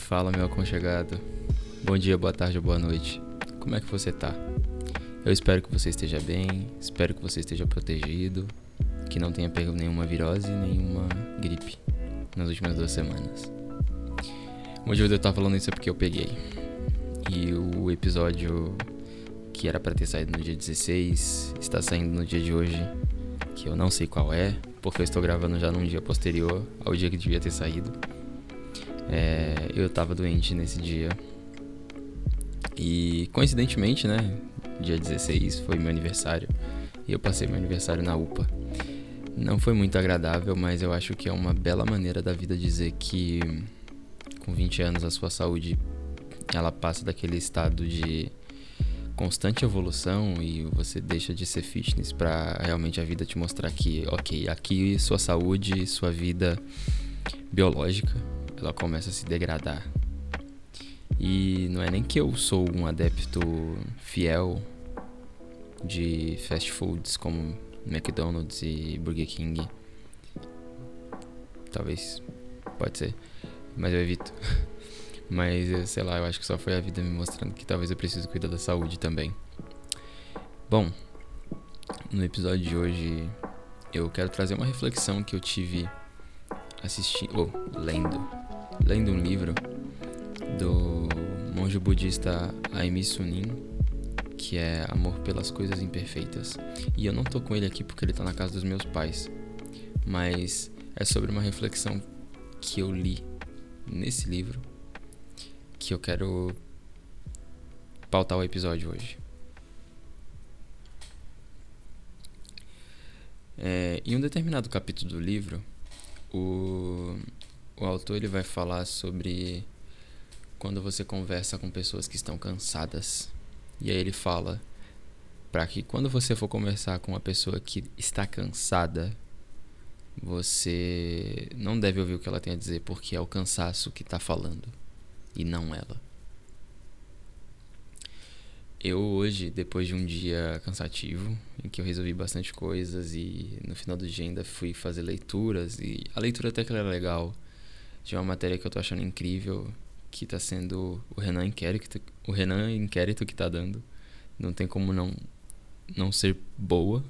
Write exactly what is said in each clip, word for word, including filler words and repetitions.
Fala, meu aconchegado. Bom dia, boa tarde ou boa noite. Como é que você tá? Eu espero que você esteja bem, espero que você esteja protegido, que não tenha pego nenhuma virose, nenhuma gripe nas últimas duas semanas. O motivo de eu estar falando isso é porque eu peguei. E o episódio que era pra ter saído no dia dezesseis está saindo no dia de hoje, que eu não sei qual é, porque eu estou gravando já num dia posterior ao dia que devia ter saído. É, eu tava doente nesse dia. E coincidentemente, né, dia dezesseis foi meu aniversário e eu passei meu aniversário na U P A. Não foi muito agradável, mas eu acho que é uma bela maneira da vida dizer que com vinte anos a sua saúde ela passa daquele estado de constante evolução e você deixa de ser fitness pra realmente a vida te mostrar que, ok, aqui sua saúde, sua vida biológica, ela começa a se degradar. E não é nem que eu sou um adepto fiel de fast foods como McDonald's e Burger King. Talvez, pode ser, mas eu evito. Mas, sei lá, eu acho que só foi a vida me mostrando que talvez eu preciso cuidar da saúde também. Bom, no episódio de hoje eu quero trazer uma reflexão que eu tive assistindo, ou oh, lendo, lendo um livro do monge budista Aimi Sunim, que é Amor pelas Coisas Imperfeitas. E eu não tô com ele aqui porque ele tá na casa dos meus pais, mas é sobre uma reflexão que eu li nesse livro que eu quero pautar o episódio hoje. É, em um determinado capítulo do livro, o, o autor ele vai falar sobre quando você conversa com pessoas que estão cansadas. E aí ele fala para que quando você for conversar com uma pessoa que está cansada, você não deve ouvir o que ela tem a dizer, porque é o cansaço que está falando e não ela. Eu hoje, depois de um dia cansativo, em que eu resolvi bastante coisas e no final do dia ainda fui fazer leituras, e a leitura até que era legal, de uma matéria que eu tô achando incrível, que tá sendo o Renan Inquérito, o Renan Inquérito que tá dando. Não tem como não, não ser boa.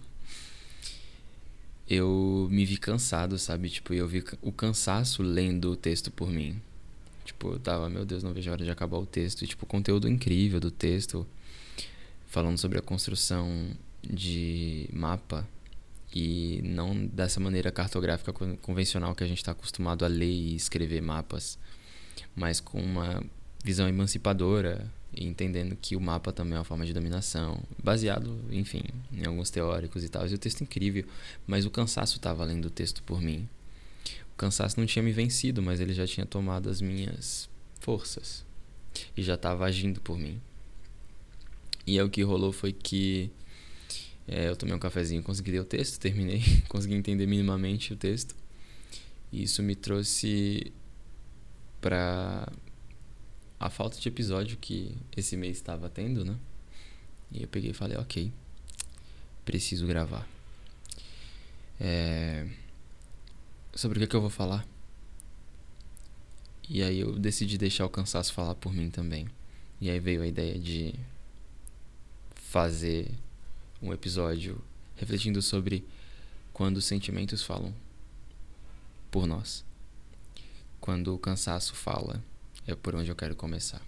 Eu me vi cansado, sabe? Tipo, eu vi o cansaço lendo o texto por mim. Tipo, eu tava, meu Deus, não vejo a hora de acabar o texto. E, tipo, o conteúdo incrível do texto, falando sobre a construção de mapa e não dessa maneira cartográfica convencional que a gente tá acostumado a ler e escrever mapas, mas com uma visão emancipadora e entendendo que o mapa também é uma forma de dominação, baseado, enfim, em alguns teóricos e tal. E o texto é incrível, mas o cansaço estava lendo o texto por mim. O cansaço não tinha me vencido, mas ele já tinha tomado as minhas forças e já estava agindo por mim. E aí o que rolou foi que é, eu tomei um cafezinho, consegui ler o texto, terminei, consegui entender minimamente o texto. E isso me trouxe para a falta de episódio que esse mês estava tendo, né? E eu peguei e falei, ok, preciso gravar. É... Sobre o que, é que eu vou falar? E aí eu decidi deixar o cansaço falar por mim também. E aí veio a ideia de fazer um episódio refletindo sobre quando os sentimentos falam por nós. Quando o cansaço fala, é por onde eu quero começar.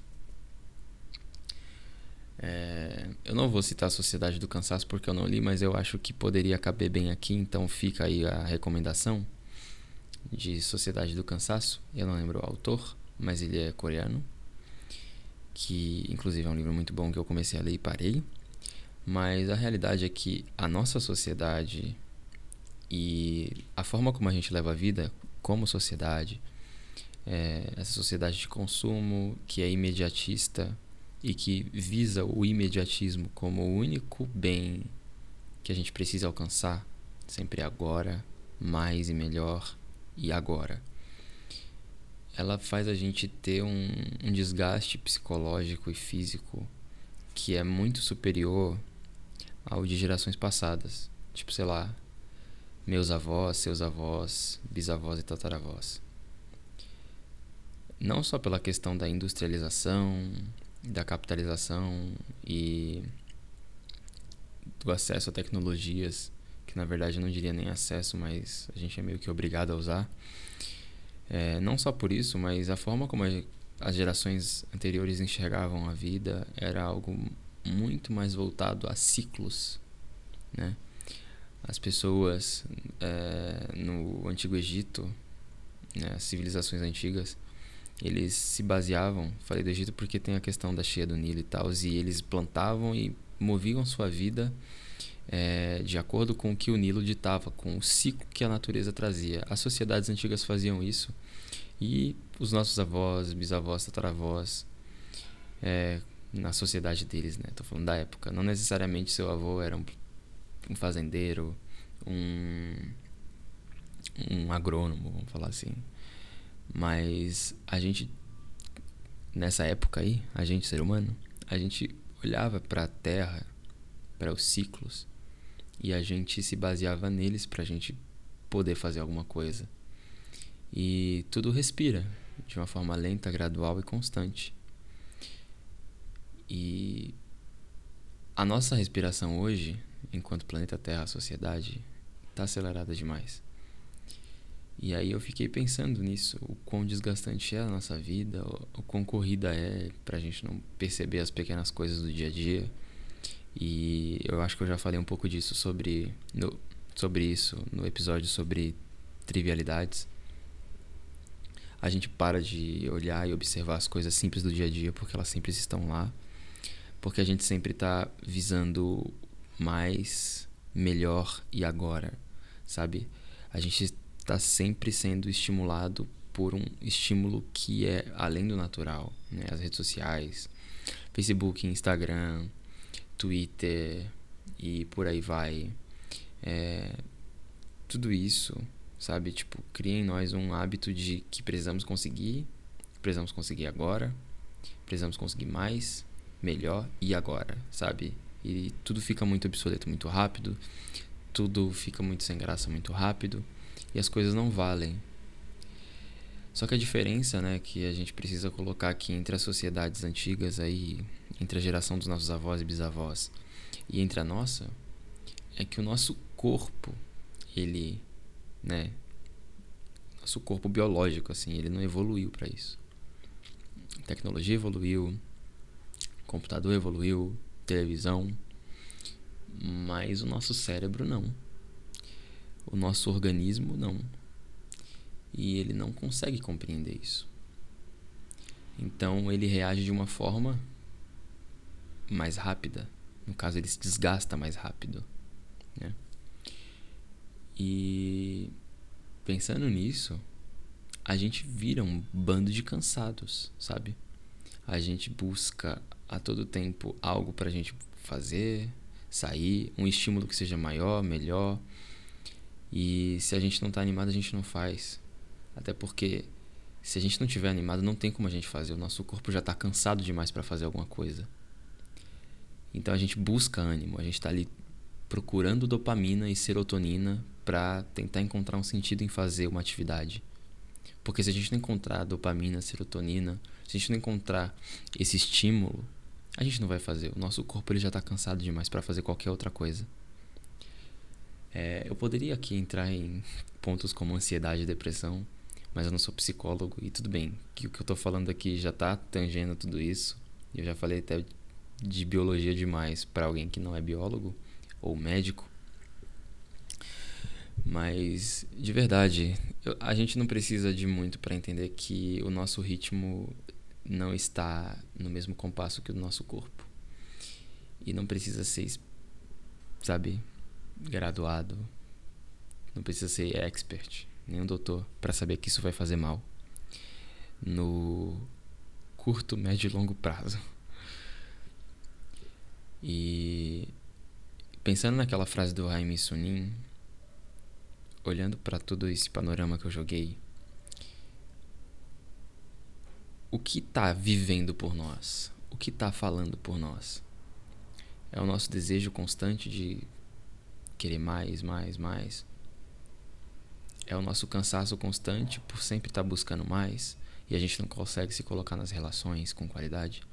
É, eu não vou citar a Sociedade do Cansaço porque eu não li, mas eu acho que poderia caber bem aqui, então fica aí a recomendação de Sociedade do Cansaço. Eu não lembro o autor, mas ele é coreano, que inclusive é um livro muito bom que eu comecei a ler e parei. Mas a realidade é que a nossa sociedade e a forma como a gente leva a vida como sociedade, É, essa sociedade de consumo que é imediatista e que visa o imediatismo como o único bem que a gente precisa alcançar, sempre agora, mais e melhor e agora. Ela faz a gente ter um, um desgaste psicológico e físico que é muito superior ao de gerações passadas. Tipo, sei lá, meus avós, seus avós, bisavós e tataravós. não só pela questão da industrialização, da capitalização e do acesso a tecnologias, que na verdade eu não diria nem acesso, mas a gente é meio que obrigado a usar. É, não só por isso, mas a forma como as gerações anteriores enxergavam a vida era algo muito mais voltado a ciclos, né? As pessoas é, no Antigo Egito, né, as civilizações antigas, eles se baseavam, falei do Egito porque tem a questão da cheia do Nilo e tal, e eles plantavam e moviam sua vida é, de acordo com o que o Nilo ditava, com o ciclo que a natureza trazia. As sociedades antigas faziam isso e os nossos avós, bisavós, tataravós, é, na sociedade deles, né? Tô falando da época. Não necessariamente seu avô era um, um fazendeiro, um, um agrônomo, vamos falar assim. Mas a gente, nessa época aí, a gente, ser humano, a gente olhava para a Terra, para os ciclos, e a gente se baseava neles para a gente poder fazer alguma coisa. E tudo respira de uma forma lenta, gradual e constante. E a nossa respiração hoje, enquanto planeta Terra, a sociedade, está acelerada demais. E aí eu fiquei pensando nisso, o quão desgastante é a nossa vida, o quão corrida é pra gente não perceber as pequenas coisas do dia a dia. E eu acho que eu já falei um pouco disso sobre, no, sobre isso no episódio sobre trivialidades. A gente para de olhar e observar as coisas simples do dia a dia porque elas sempre estão lá. Porque a gente sempre está visando mais, melhor e agora, sabe? A gente está sempre sendo estimulado por um estímulo que é além do natural, né? As redes sociais, Facebook, Instagram, Twitter e por aí vai. É, tudo isso, sabe? Tipo, cria em nós um hábito de que precisamos conseguir, precisamos conseguir agora, precisamos conseguir mais, melhor e agora, sabe? E tudo fica muito obsoleto muito rápido, tudo fica muito sem graça muito rápido e as coisas não valem. Só que a diferença, né, que a gente precisa colocar aqui entre as sociedades antigas aí, entre a geração dos nossos avós e bisavós e entre a nossa, é que o nosso corpo, ele, né, nosso corpo biológico, assim, ele não evoluiu para isso. A tecnologia evoluiu, computador evoluiu, televisão, mas o nosso cérebro não. O nosso organismo não. E ele não consegue compreender isso. Então ele reage de uma forma mais rápida. No caso, ele se desgasta mais rápido, né? E pensando nisso, a gente vira um bando de cansados, sabe? A gente busca a todo tempo algo pra gente fazer, sair, um estímulo que seja maior, melhor. E se a gente não tá animado, a gente não faz. Até porque se a gente não tiver animado, não tem como a gente fazer. O nosso corpo já tá cansado demais pra fazer alguma coisa. Então a gente busca ânimo, a gente tá ali procurando dopamina e serotonina pra tentar encontrar um sentido em fazer uma atividade. Porque se a gente não encontrar dopamina, serotonina, se a gente não encontrar esse estímulo, a gente não vai fazer. O nosso corpo ele já está cansado demais para fazer qualquer outra coisa. É, eu poderia aqui entrar em pontos como ansiedade e depressão, mas eu não sou psicólogo e tudo bem, que o que eu estou falando aqui já está tangendo tudo isso. Eu já falei até de biologia demais para alguém que não é biólogo ou médico. Mas, de verdade, eu, a gente não precisa de muito para entender que o nosso ritmo não está no mesmo compasso que o nosso corpo. E não precisa ser, sabe, graduado. Não precisa ser expert, nem um doutor, para saber que isso vai fazer mal. No curto, médio e longo prazo. E pensando naquela frase do Haim Sunim, olhando para todo esse panorama que eu joguei, o que está vivendo por nós? O que está falando por nós? É o nosso desejo constante de querer mais, mais, mais? É o nosso cansaço constante por sempre estar buscando mais? e a gente não consegue se colocar nas relações com qualidade.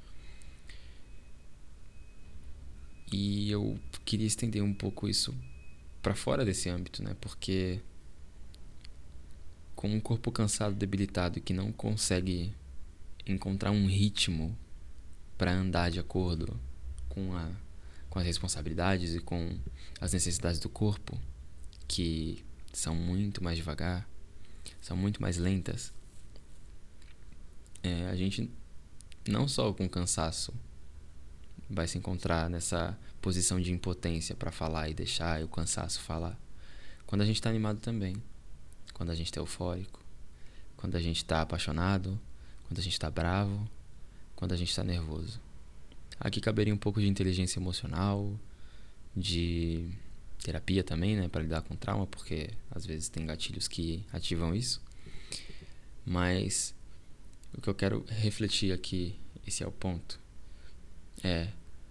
E eu queria estender um pouco isso para fora desse âmbito, né? Porque com um corpo cansado, debilitado e que não consegue encontrar um ritmo para andar de acordo com, a, com as responsabilidades e com as necessidades do corpo, que são muito mais devagar, são muito mais lentas, é, a gente não só com cansaço vai se encontrar nessa posição de impotência para falar e deixar o cansaço falar. Quando a gente está animado também, quando a gente está eufórico, quando a gente está apaixonado, quando a gente está bravo, quando a gente está nervoso. Aqui caberia um pouco de inteligência emocional, de terapia também, né, para lidar com trauma, porque às vezes tem gatilhos que ativam isso. Mas o que eu quero refletir aqui, esse é o ponto, é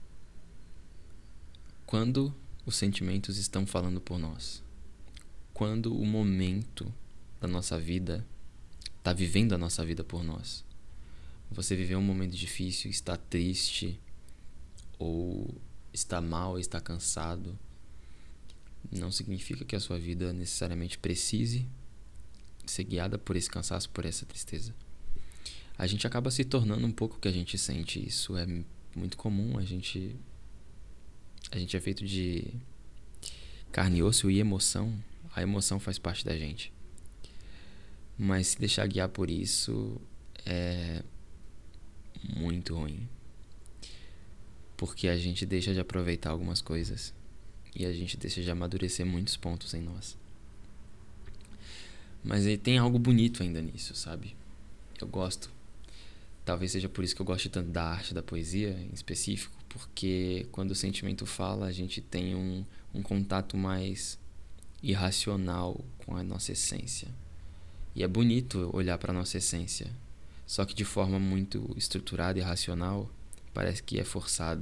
quando os sentimentos estão falando por nós, quando o momento da nossa vida está vivendo a nossa vida por nós. Você viveu um momento difícil, está triste, ou está mal, está cansado, não significa que a sua vida necessariamente precise ser guiada por esse cansaço, por essa tristeza. A gente acaba se tornando um pouco o que a gente sente. Isso é muito comum. A gente, a gente é feito de carne, osso e emoção. A emoção faz parte da gente. Mas se deixar guiar por isso é muito ruim. Porque a gente deixa de aproveitar algumas coisas. E a gente deixa de amadurecer muitos pontos em nós. Mas aí tem algo bonito ainda nisso, sabe? Eu gosto. Talvez seja por isso que eu gosto tanto da arte, da poesia em específico. Porque quando o sentimento fala, a gente tem um, um contato mais irracional com a nossa essência. E é bonito olhar para a nossa essência. Só que de forma muito estruturada e racional, parece que é forçado.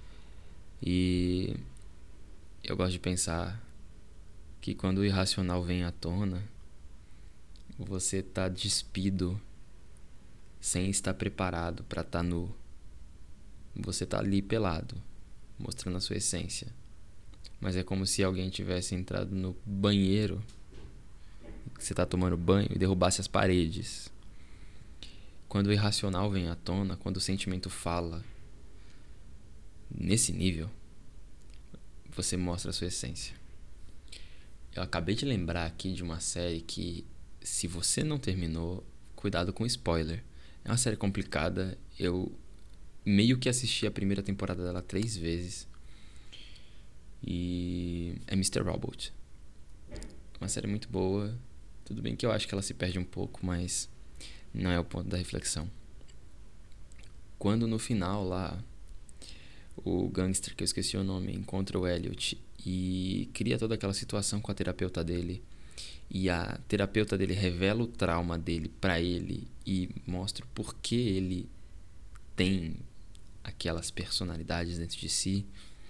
E eu gosto de pensar que quando o irracional vem à tona, você está despido sem estar preparado para estar nu. Você está ali pelado, mostrando a sua essência. Mas é como se alguém tivesse entrado no banheiro, você está tomando banho, e derrubasse as paredes. Quando o irracional vem à tona, quando o sentimento fala nesse nível, você mostra a sua essência. Eu acabei de lembrar aqui de uma série que, se você não terminou, cuidado com spoiler. É uma série complicada. Eu meio que assisti a primeira temporada dela três vezes. E é mister Robot. Uma série muito boa. Tudo bem que eu acho que ela se perde um pouco, mas não é o ponto da reflexão. Quando no final lá, o gangster, que eu esqueci o nome, encontra o Elliot e cria toda aquela situação com a terapeuta dele, e a terapeuta dele revela o trauma dele pra ele e mostra o porquê ele tem aquelas personalidades dentro de si,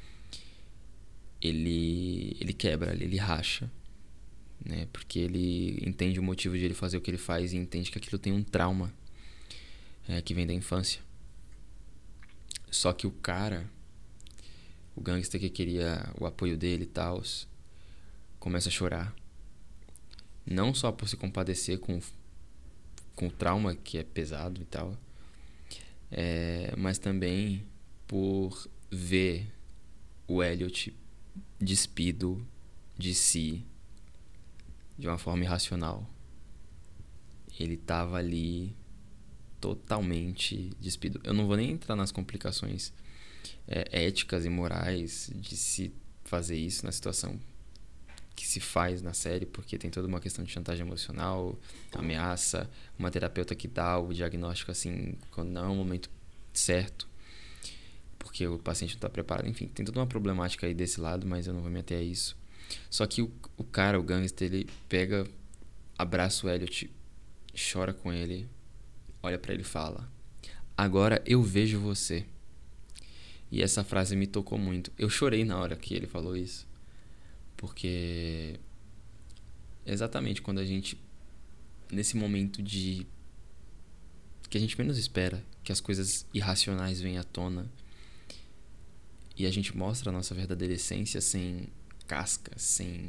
ele, ele quebra, ele racha, né? Porque ele entende o motivo de ele fazer o que ele faz e entende que aquilo tem um trauma, é, que vem da infância. Só que o cara, o gangster que queria o apoio dele e tal, começa a chorar. Não só por se compadecer com, com o trauma, que é pesado e tal, é, mas também por ver o Elliot despido de si de uma forma irracional. Ele tava ali totalmente despido. Eu não vou nem entrar nas complicações é, éticas e morais de se fazer isso na situação que se faz na série, porque tem toda uma questão de chantagem emocional, ameaça, uma terapeuta que dá o diagnóstico assim quando não é o momento certo, porque o paciente não está preparado. Enfim, tem toda uma problemática aí desse lado, mas eu não vou me ater a isso. Só que o, o cara, o gangster, ele pega, abraça o Elliot, chora com ele, olha pra ele e fala: agora eu vejo você. E essa frase me tocou muito. Eu chorei na hora que ele falou isso, porque exatamente quando a gente, nesse momento de que a gente menos espera, que as coisas irracionais vêm à tona e a gente mostra a nossa verdadeira essência sem casca, sem...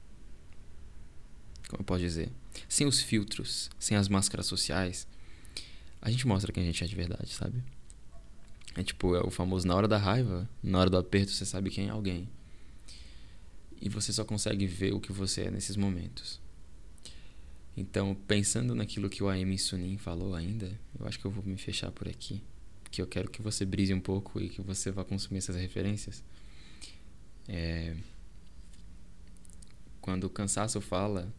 como eu posso dizer? Sem os filtros, sem as máscaras sociais, a gente mostra quem a gente é de verdade, sabe? É tipo, é o famoso na hora da raiva, na hora do aperto, você sabe quem é alguém. E você só consegue ver o que você é nesses momentos. Então, pensando naquilo que o Aimi Sunim falou ainda, eu acho que eu vou me fechar por aqui. Porque eu quero que você brise um pouco e que você vá consumir essas referências. É... Quando o cansaço fala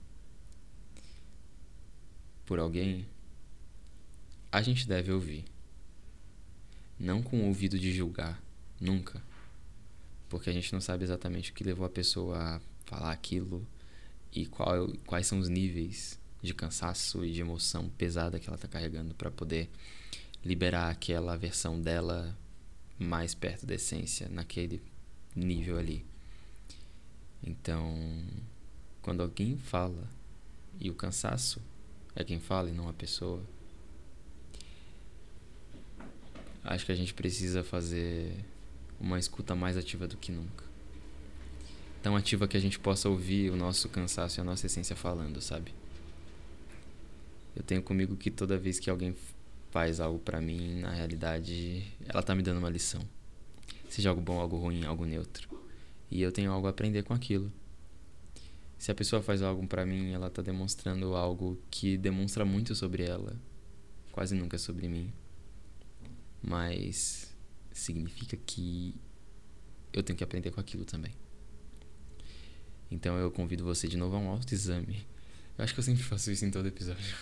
por alguém, a gente deve ouvir. Não com o ouvido de julgar, nunca. Porque a gente não sabe exatamente o que levou a pessoa a falar aquilo e qual, quais são os níveis de cansaço e de emoção pesada que ela está carregando para poder liberar aquela versão dela mais perto da essência, naquele nível ali. Então, quando alguém fala e o cansaço é quem fala e não a pessoa, acho que a gente precisa fazer uma escuta mais ativa do que nunca. Tão ativa que a gente possa ouvir o nosso cansaço e a nossa essência falando, sabe? Eu tenho comigo que toda vez que alguém faz algo pra mim, na realidade, ela tá me dando uma lição. Seja algo bom, algo ruim, algo neutro. E eu tenho algo a aprender com aquilo. Se a pessoa faz algo pra mim, ela tá demonstrando algo que demonstra muito sobre ela. Quase nunca sobre mim. Mas significa que eu tenho que aprender com aquilo também. Então eu convido você de novo a um autoexame. Eu acho que eu sempre faço isso em todo episódio.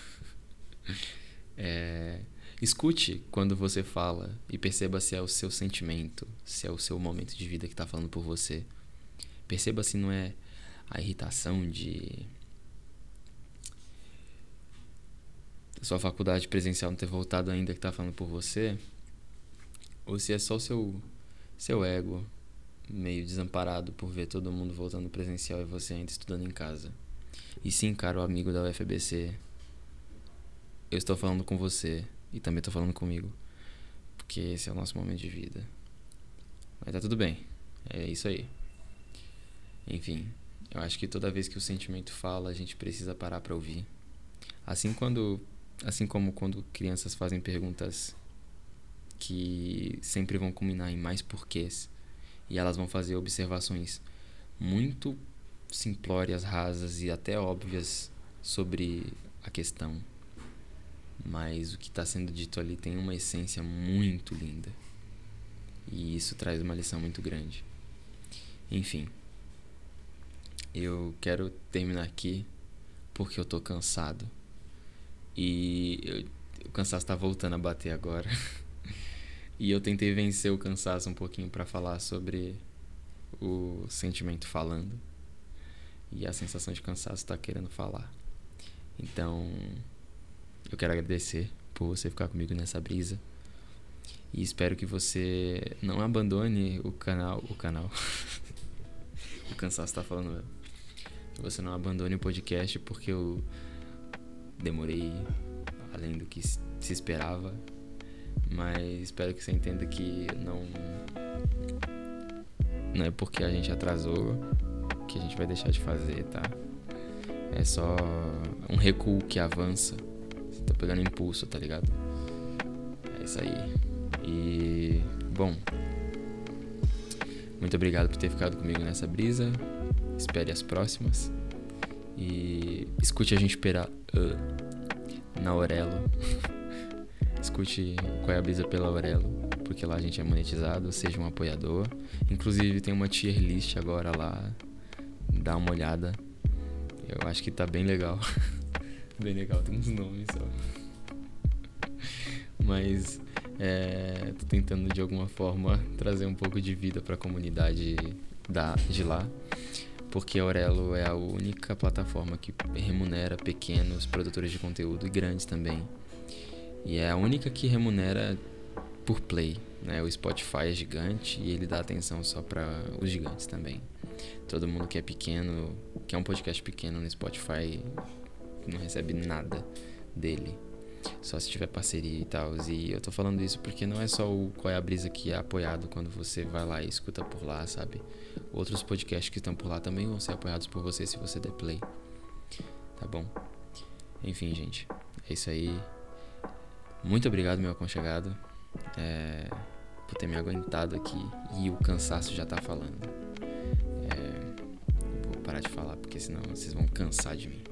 É, escute quando você fala e perceba se é o seu sentimento, se é o seu momento de vida que está falando por você. Perceba se não é a irritação de sua faculdade presencial não ter voltado ainda que está falando por você, ou se é só o seu, seu ego meio desamparado por ver todo mundo voltando presencial e você ainda estudando em casa. E sim, caro amigo da U F A B C, eu estou falando com você e também estou falando comigo, porque esse é o nosso momento de vida. Mas tá tudo bem, é isso aí. Enfim, eu acho que toda vez que o sentimento fala, a gente precisa parar para ouvir. Assim, quando, assim como quando crianças fazem perguntas que sempre vão culminar em mais porquês, e elas vão fazer observações muito simplórias, rasas e até óbvias sobre a questão. Mas o que está sendo dito ali tem uma essência muito linda. E isso traz uma lição muito grande. Enfim, eu quero terminar aqui porque eu tô cansado. E eu, o cansaço tá voltando a bater agora. E eu tentei vencer o cansaço um pouquinho para falar sobre o sentimento falando. E a sensação de cansaço tá querendo falar. Então, eu quero agradecer por você ficar comigo nessa brisa. E espero que você não abandone o canal. O canal. O cansaço tá falando mesmo. Que você não abandone o podcast porque eu demorei além do que se esperava. Mas espero que você entenda que não não é porque a gente atrasou que a gente vai deixar de fazer, tá? É só um recuo que avança. Você tá pegando impulso, tá ligado? É isso aí. E bom, muito obrigado por ter ficado comigo nessa brisa. Espere as próximas. E escute a gente pela uh, na Aurelo. Escute Qual é a Brisa pela Aurelo, porque lá a gente é monetizado. Seja um apoiador. Inclusive tem uma tier list agora lá. Dá uma olhada. Eu acho que tá bem legal. Bem legal, tem uns nomes só. Mas é, tô tentando de alguma forma trazer um pouco de vida pra comunidade da, de lá. Porque a Aurelo é a única plataforma que remunera pequenos produtores de conteúdo e grandes também. E é a única que remunera por play, né? O Spotify é gigante e ele dá atenção só para os gigantes também. Todo mundo que é pequeno, que é um podcast pequeno no Spotify, não recebe nada dele. Só se tiver parceria e tal. E eu tô falando isso porque não é só o Qual é a Brisa que é apoiado quando você vai lá e escuta por lá, sabe? Outros podcasts que estão por lá também vão ser apoiados por você se você der play. Tá bom? Enfim, gente. É isso aí. Muito obrigado, meu aconchegado. É, por ter me aguentado aqui. E o cansaço já tá falando. É, vou parar de falar porque senão vocês vão cansar de mim.